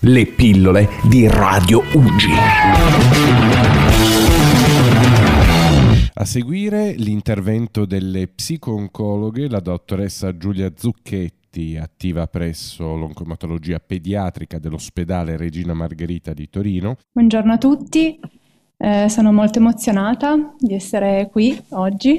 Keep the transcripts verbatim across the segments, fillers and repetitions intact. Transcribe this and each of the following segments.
le pillole di Radio U G. A seguire l'intervento delle psico-oncologhe, la dottoressa Giulia Zucchetti, attiva presso l'oncomatologia pediatrica dell'ospedale Regina Margherita di Torino. Buongiorno a tutti, eh, sono molto emozionata di essere qui oggi.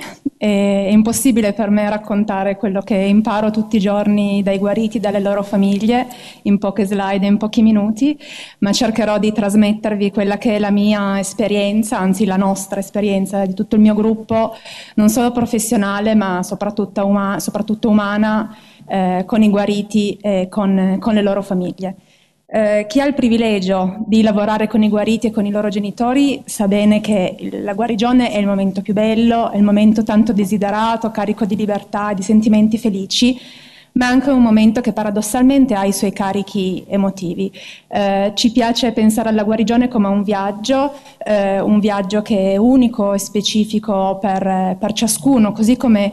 È impossibile per me raccontare quello che imparo tutti i giorni dai guariti, dalle loro famiglie, in poche slide, in pochi minuti, ma cercherò di trasmettervi quella che è la mia esperienza, anzi la nostra esperienza di tutto il mio gruppo, non solo professionale ma soprattutto, uma- soprattutto umana, eh, con i guariti e con, con le loro famiglie. Eh, chi ha il privilegio di lavorare con i guariti e con i loro genitori sa bene che la guarigione è il momento più bello, è il momento tanto desiderato, carico di libertà, di sentimenti felici, ma è anche un momento che paradossalmente ha i suoi carichi emotivi. Eh, ci piace pensare alla guarigione come a un viaggio, eh, un viaggio che è unico e specifico per, per ciascuno, così come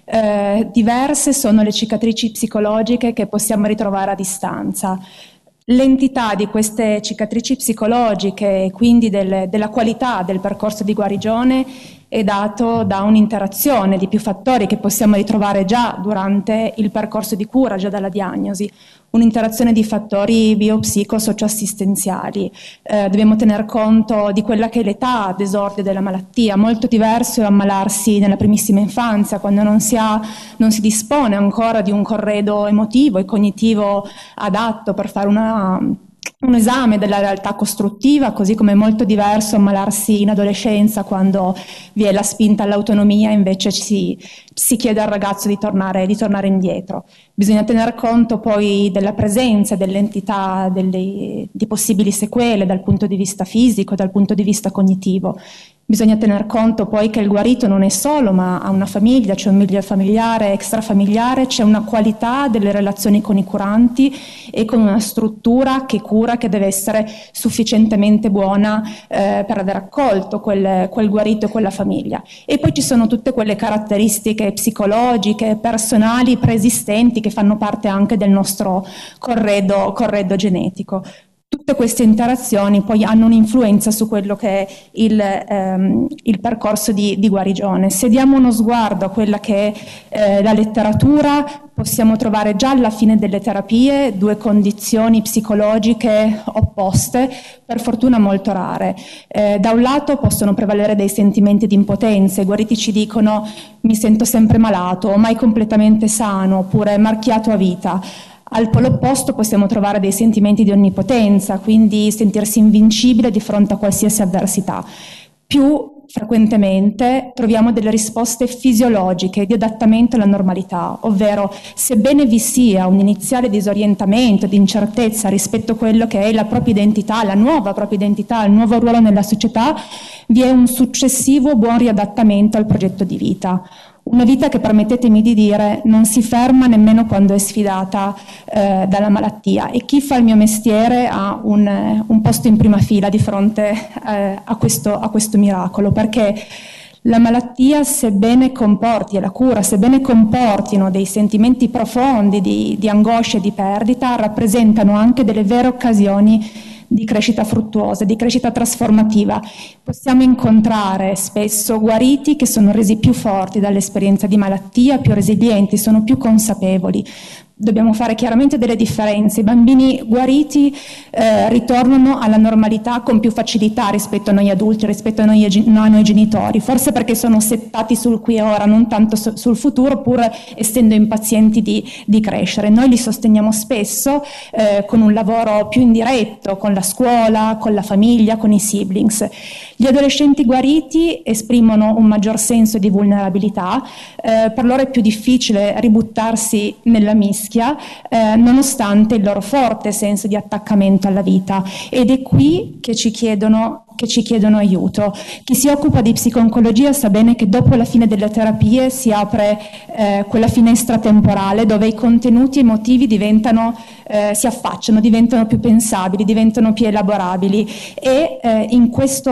eh, diverse sono le cicatrici psicologiche che possiamo ritrovare a distanza. L'entità di queste cicatrici psicologiche e quindi del, della qualità del percorso di guarigione è dato da un'interazione di più fattori che possiamo ritrovare già durante il percorso di cura, già dalla diagnosi. Un'interazione di fattori biopsico-socioassistenziali. Eh, dobbiamo tener conto di quella che è l'età d'esordio della malattia. Molto diverso è ammalarsi nella primissima infanzia, quando non si, ha, non si dispone ancora di un corredo emotivo e cognitivo adatto per fare una... un esame della realtà costruttiva, così come è molto diverso ammalarsi in adolescenza quando vi è la spinta all'autonomia, invece si, si chiede al ragazzo di tornare, di tornare indietro. Bisogna tener conto poi della presenza, dell'entità delle, di possibili sequele dal punto di vista fisico, dal punto di vista cognitivo. Bisogna tener conto poi che il guarito non è solo, ma ha una famiglia, c'è un milieu familiare, extrafamiliare, c'è una qualità delle relazioni con i curanti e con una struttura che cura che deve essere sufficientemente buona eh, per aver accolto quel, quel guarito e quella famiglia. E poi ci sono tutte quelle caratteristiche psicologiche, personali, preesistenti che fanno parte anche del nostro corredo, corredo genetico. Tutte queste interazioni poi hanno un'influenza su quello che è il, ehm, il percorso di, di guarigione. Se diamo uno sguardo a quella che è eh, la letteratura, possiamo trovare già alla fine delle terapie due condizioni psicologiche opposte, per fortuna molto rare. Eh, da un lato possono prevalere dei sentimenti di impotenza, i guariti ci dicono mi sento sempre malato, o mai completamente sano, oppure marchiato a vita. Al polo opposto possiamo trovare dei sentimenti di onnipotenza, quindi sentirsi invincibile di fronte a qualsiasi avversità. Più frequentemente troviamo delle risposte fisiologiche di adattamento alla normalità, ovvero sebbene vi sia un iniziale disorientamento, di incertezza rispetto a quello che è la propria identità, la nuova propria identità, il nuovo ruolo nella società, vi è un successivo buon riadattamento al progetto di vita. Una vita che, permettetemi di dire, non si ferma nemmeno quando è sfidata eh, dalla malattia, e chi fa il mio mestiere ha un, un posto in prima fila di fronte eh, a, questo, a questo miracolo, perché la malattia, sebbene comporti, e la cura, sebbene comportino dei sentimenti profondi di, di angoscia e di perdita, rappresentano anche delle vere occasioni di crescita fruttuosa, di crescita trasformativa. Possiamo incontrare spesso guariti che sono resi più forti dall'esperienza di malattia, più resilienti, sono più consapevoli. Dobbiamo fare chiaramente delle differenze. I bambini guariti eh, ritornano alla normalità con più facilità rispetto a noi adulti, rispetto a noi, a noi genitori, forse perché sono settati sul qui e ora, non tanto su, sul futuro, pur essendo impazienti di, di crescere. Noi li sosteniamo spesso eh, con un lavoro più indiretto, con la scuola, con la famiglia, con i siblings. Gli adolescenti guariti esprimono un maggior senso di vulnerabilità, eh, per loro è più difficile ributtarsi nella mischia, eh, nonostante il loro forte senso di attaccamento alla vita, ed è qui che ci chiedono che ci chiedono aiuto. Chi si occupa di psico-oncologia sa bene che dopo la fine delle terapie si apre eh, quella finestra temporale dove i contenuti emotivi diventano, eh, si affacciano, diventano più pensabili, diventano più elaborabili, e eh, in questo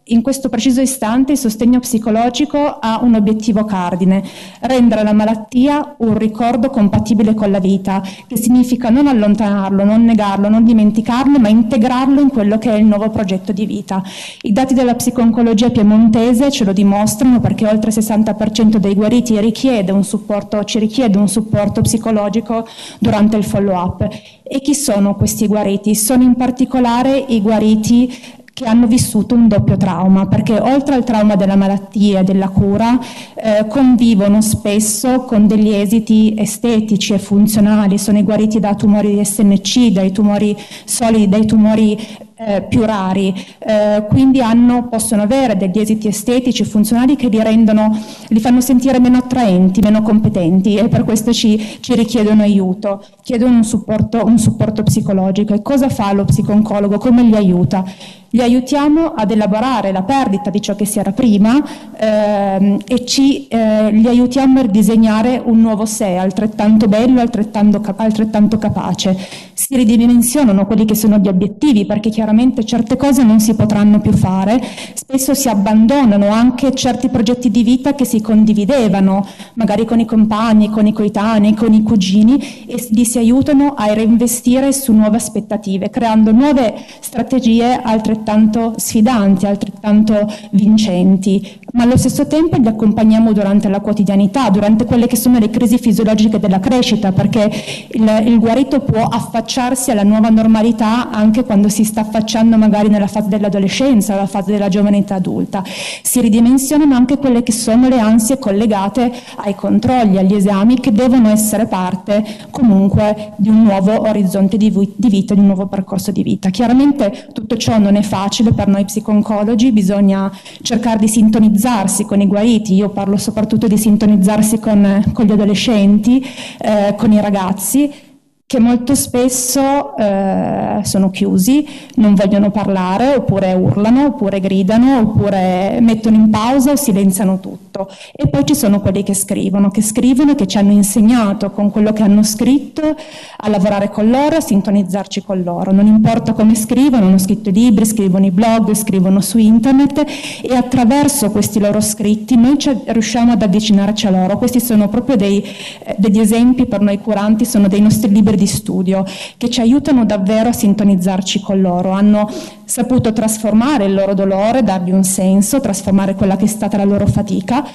in questo preciso istante il sostegno psicologico ha un obiettivo cardine: rendere la malattia un ricordo compatibile con la vita, che significa non allontanarlo, non negarlo, non dimenticarlo, ma integrarlo in quello che è il nuovo progetto di vita. I dati della psiconcologia piemontese ce lo dimostrano, perché oltre il sessanta per cento dei guariti richiede un supporto, ci richiede un supporto psicologico durante il follow-up. E chi sono questi guariti? Sono in particolare i guariti che hanno vissuto un doppio trauma, perché oltre al trauma della malattia e della cura eh, convivono spesso con degli esiti estetici e funzionali. Sono i guariti da tumori di S N C, dai tumori solidi, dai tumori eh, più rari, eh, quindi hanno, possono avere degli esiti estetici e funzionali che li rendono, li fanno sentire meno attraenti, meno competenti, e per questo ci, ci richiedono aiuto, chiedono un supporto, un supporto psicologico. E cosa fa lo psiconcologo? Come li aiuta? Li aiutiamo ad elaborare la perdita di ciò che si era prima ehm, e ci, eh, li aiutiamo a disegnare un nuovo sé altrettanto bello, altrettanto, altrettanto capace. Si ridimensionano quelli che sono gli obiettivi, perché chiaramente certe cose non si potranno più fare, spesso si abbandonano anche certi progetti di vita che si condividevano, magari con i compagni, con i coetanei, con i cugini, e li si aiutano a reinvestire su nuove aspettative, creando nuove strategie altrettanto altrettanto sfidanti, altrettanto vincenti, ma allo stesso tempo li accompagniamo durante la quotidianità, durante quelle che sono le crisi fisiologiche della crescita, perché il, il guarito può affacciarsi alla nuova normalità anche quando si sta affacciando magari nella fase dell'adolescenza, la fase della giovane età adulta. Si ridimensionano anche quelle che sono le ansie collegate ai controlli, agli esami, che devono essere parte comunque di un nuovo orizzonte di, di vita, di un nuovo percorso di vita. Chiaramente tutto ciò non è facile per noi psiconcologi, bisogna cercare di sintonizzarsi con i guariti. Io parlo soprattutto di sintonizzarsi con, con gli adolescenti, eh, con i ragazzi, che molto spesso eh, sono chiusi, non vogliono parlare, oppure urlano, oppure gridano, oppure mettono in pausa o silenziano tutto. E poi ci sono quelli che scrivono, che scrivono, che ci hanno insegnato con quello che hanno scritto a lavorare con loro, a sintonizzarci con loro. Non importa come scrivono, hanno scritto i libri, scrivono i blog, scrivono su internet, e attraverso questi loro scritti noi ci riusciamo ad avvicinarci a loro. Questi sono proprio dei, eh, degli esempi per noi curanti, sono dei nostri libri di studio che ci aiutano davvero a sintonizzarci con loro. Hanno saputo trasformare il loro dolore, dargli un senso, trasformare quella che è stata la loro fatica,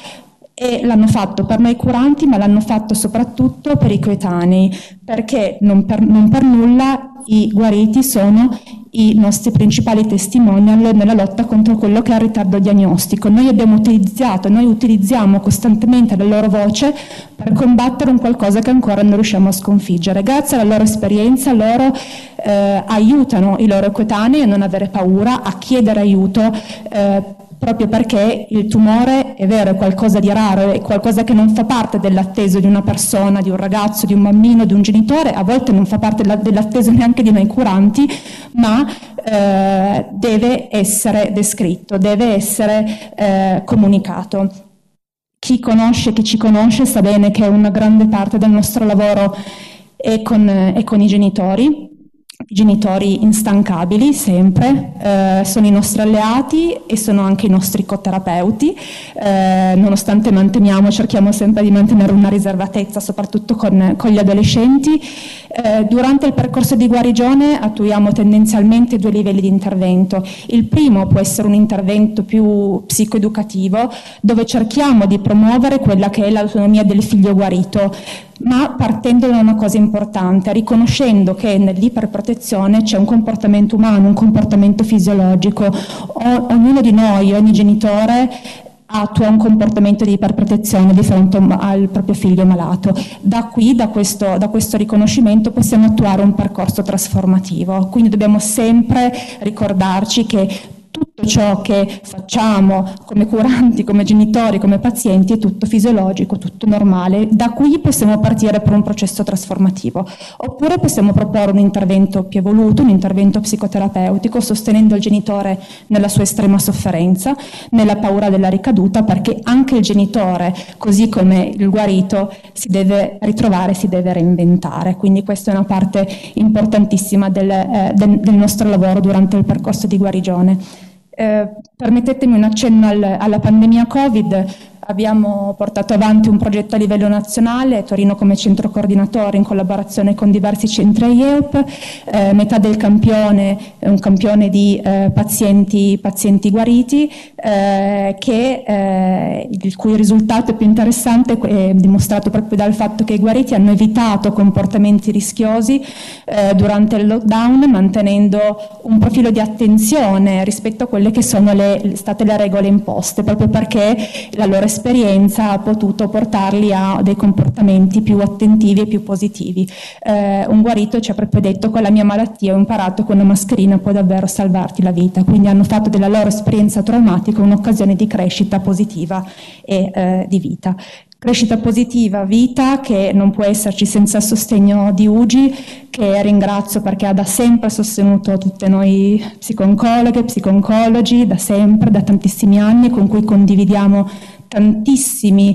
e l'hanno fatto per noi curanti, ma l'hanno fatto soprattutto per i coetanei, perché non per, non per nulla i guariti sono i nostri principali testimonial nella lotta contro quello che è il ritardo diagnostico. Noi abbiamo utilizzato, noi utilizziamo costantemente la loro voce per combattere un qualcosa che ancora non riusciamo a sconfiggere. Grazie alla loro esperienza loro eh, aiutano i loro coetanei a non avere paura, a chiedere aiuto, eh, proprio perché il tumore è vero, è qualcosa di raro, è qualcosa che non fa parte dell'atteso di una persona, di un ragazzo, di un bambino, di un genitore, a volte non fa parte dell'atteso neanche di noi curanti, ma eh, deve essere descritto, deve essere eh, comunicato. Chi conosce, chi ci conosce sa bene che una grande parte del nostro lavoro è con, è con i genitori. I genitori instancabili sempre, eh, sono i nostri alleati e sono anche i nostri coterapeuti, eh, nonostante manteniamo, cerchiamo sempre di mantenere una riservatezza soprattutto con, con gli adolescenti. Eh, durante il percorso di guarigione attuiamo tendenzialmente due livelli di intervento. Il primo può essere un intervento più psicoeducativo, dove cerchiamo di promuovere quella che è l'autonomia del figlio guarito, ma partendo da una cosa importante, riconoscendo che nell'iperprotezione c'è un comportamento umano, un comportamento fisiologico. O, ognuno di noi, ogni genitore attua un comportamento di iperprotezione di fronte al proprio figlio malato. Da qui, da questo, da questo riconoscimento, possiamo attuare un percorso trasformativo. Quindi dobbiamo sempre ricordarci che tutto ciò che facciamo come curanti, come genitori, come pazienti è tutto fisiologico, tutto normale. Da qui possiamo partire per un processo trasformativo. Oppure possiamo proporre un intervento più evoluto, un intervento psicoterapeutico, sostenendo il genitore nella sua estrema sofferenza, nella paura della ricaduta, perché anche il genitore, così come il guarito, si deve ritrovare, si deve reinventare. Quindi questa è una parte importantissima del, eh, del, del nostro lavoro durante il percorso di guarigione. Eh, permettetemi un accenno al, alla pandemia Covid. Abbiamo portato avanti un progetto a livello nazionale, Torino come centro coordinatore in collaborazione con diversi centri I E U P, eh, metà del campione è un campione di eh, pazienti, pazienti guariti, eh, che, eh, il cui risultato più interessante è dimostrato proprio dal fatto che i guariti hanno evitato comportamenti rischiosi eh, durante il lockdown, mantenendo un profilo di attenzione rispetto a quelle che sono le, state le regole imposte, proprio perché la loro esperienza ha potuto portarli a dei comportamenti più attentivi e più positivi. Eh, un guarito ci ha proprio detto: con la mia malattia ho imparato che una mascherina può davvero salvarti la vita, quindi hanno fatto della loro esperienza traumatica un'occasione di crescita positiva e eh, di vita. Crescita positiva, vita che non può esserci senza il sostegno di U G I, che ringrazio perché ha da sempre sostenuto tutte noi psiconcologhe, psiconcologi, da sempre, da tantissimi anni, con cui condividiamo tantissimi,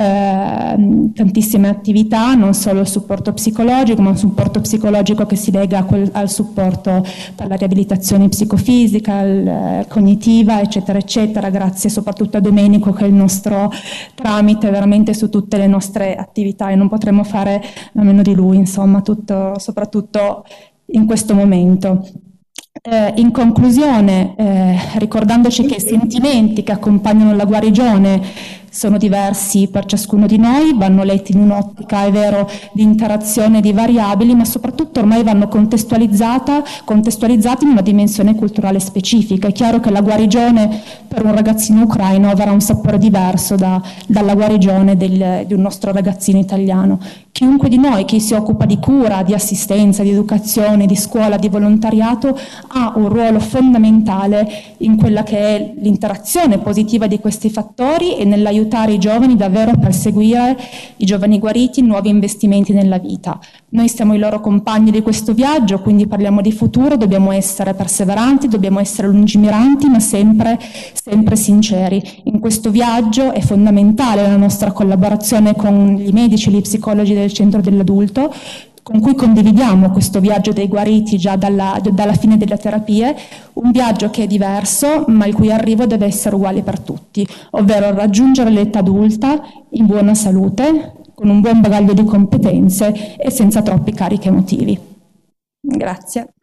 eh, tantissime attività, non solo il supporto psicologico, ma un supporto psicologico che si lega a quel, al supporto per la riabilitazione psicofisica, al, eh, cognitiva, eccetera, eccetera. Grazie soprattutto a Domenico, che è il nostro tramite veramente su tutte le nostre attività, e non potremmo fare a meno di lui, insomma, tutto, soprattutto in questo momento. Eh, in conclusione, eh, ricordandoci che i sentimenti che accompagnano la guarigione sono diversi per ciascuno di noi, vanno letti in un'ottica, è vero, di interazione di variabili, ma soprattutto ormai vanno contestualizzata, contestualizzati in una dimensione culturale specifica. È chiaro che la guarigione per un ragazzino ucraino avrà un sapore diverso da, dalla guarigione del, di un nostro ragazzino italiano. Chiunque di noi, chi si occupa di cura, di assistenza, di educazione, di scuola, di volontariato, ha un ruolo fondamentale in quella che è l'interazione positiva di questi fattori e nell'aiutare aiutare i giovani davvero a perseguire, i giovani guariti, nuovi investimenti nella vita. Noi siamo i loro compagni di questo viaggio, quindi parliamo di futuro, dobbiamo essere perseveranti, dobbiamo essere lungimiranti, ma sempre, sempre sinceri. In questo viaggio è fondamentale la nostra collaborazione con i medici e gli psicologi del centro dell'adulto, con cui condividiamo questo viaggio dei guariti già dalla, dalla fine delle terapie, un viaggio che è diverso ma il cui arrivo deve essere uguale per tutti, ovvero raggiungere l'età adulta in buona salute, con un buon bagaglio di competenze e senza troppi carichi emotivi. Grazie.